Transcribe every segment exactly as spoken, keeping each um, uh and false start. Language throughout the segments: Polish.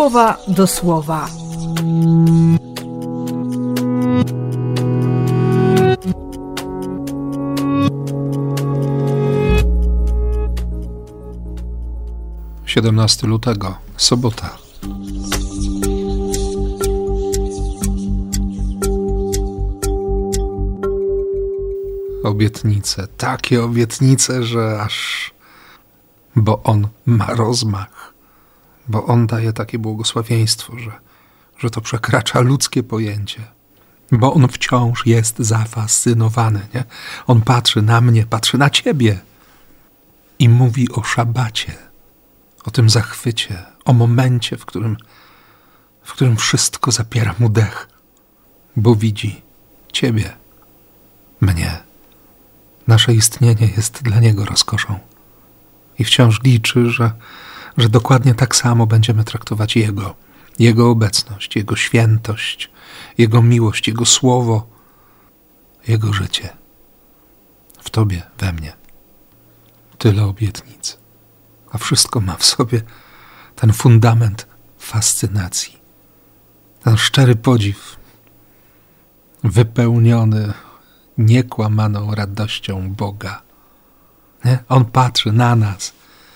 słowa do słowa. siedemnastego lutego, sobota. Obietnice, takie obietnice, że aż... Bo On ma rozmach, bo On daje takie błogosławieństwo, że, że to przekracza ludzkie pojęcie. Bo On wciąż jest zafascynowany, nie? On patrzy na mnie, patrzy na ciebie i mówi o szabacie, o tym zachwycie, o momencie, w którym, w którym wszystko zapiera mu dech, bo widzi ciebie, mnie. Nasze istnienie jest dla Niego rozkoszą i wciąż liczy, że, że dokładnie tak samo będziemy traktować Jego, Jego obecność, Jego świętość, Jego miłość, Jego słowo, Jego życie. W Tobie, we mnie. Tyle obietnic, a wszystko ma w sobie ten fundament fascynacji, ten szczery podziw, wypełniony niekłamaną radością Boga. Nie? On patrzy na nas,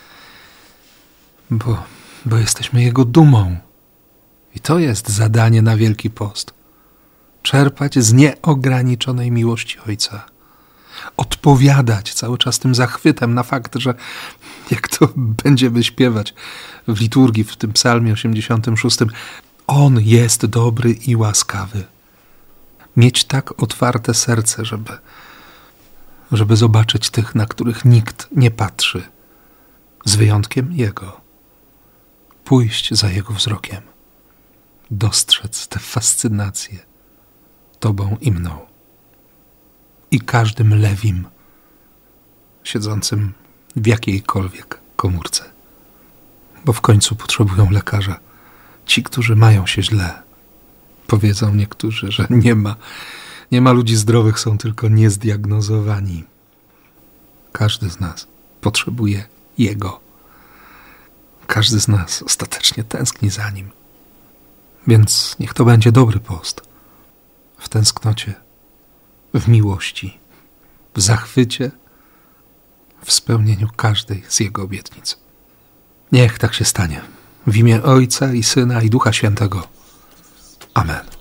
bo, bo jesteśmy Jego dumą. I to jest zadanie na Wielki Post. Czerpać z nieograniczonej miłości Ojca. Odpowiadać cały czas tym zachwytem na fakt, że jak to będziemy śpiewać w liturgii, w tym psalmie osiemdziesiątym szóstym, On jest dobry i łaskawy. Mieć tak otwarte serce, żeby, żeby zobaczyć tych, na których nikt nie patrzy, z wyjątkiem Jego. Pójść za Jego wzrokiem, dostrzec tę fascynację Tobą i mną i każdym lewim siedzącym w jakiejkolwiek komórce. Bo w końcu potrzebują lekarza ci, którzy mają się źle. Powiedzą niektórzy, że nie ma, nie ma ludzi zdrowych, są tylko niezdiagnozowani. Każdy z nas potrzebuje Jego. Każdy z nas ostatecznie tęskni za Nim. Więc niech to będzie dobry post. W tęsknocie, w miłości, w zachwycie, w spełnieniu każdej z Jego obietnic. Niech tak się stanie. W imię Ojca i Syna i Ducha Świętego. Amen.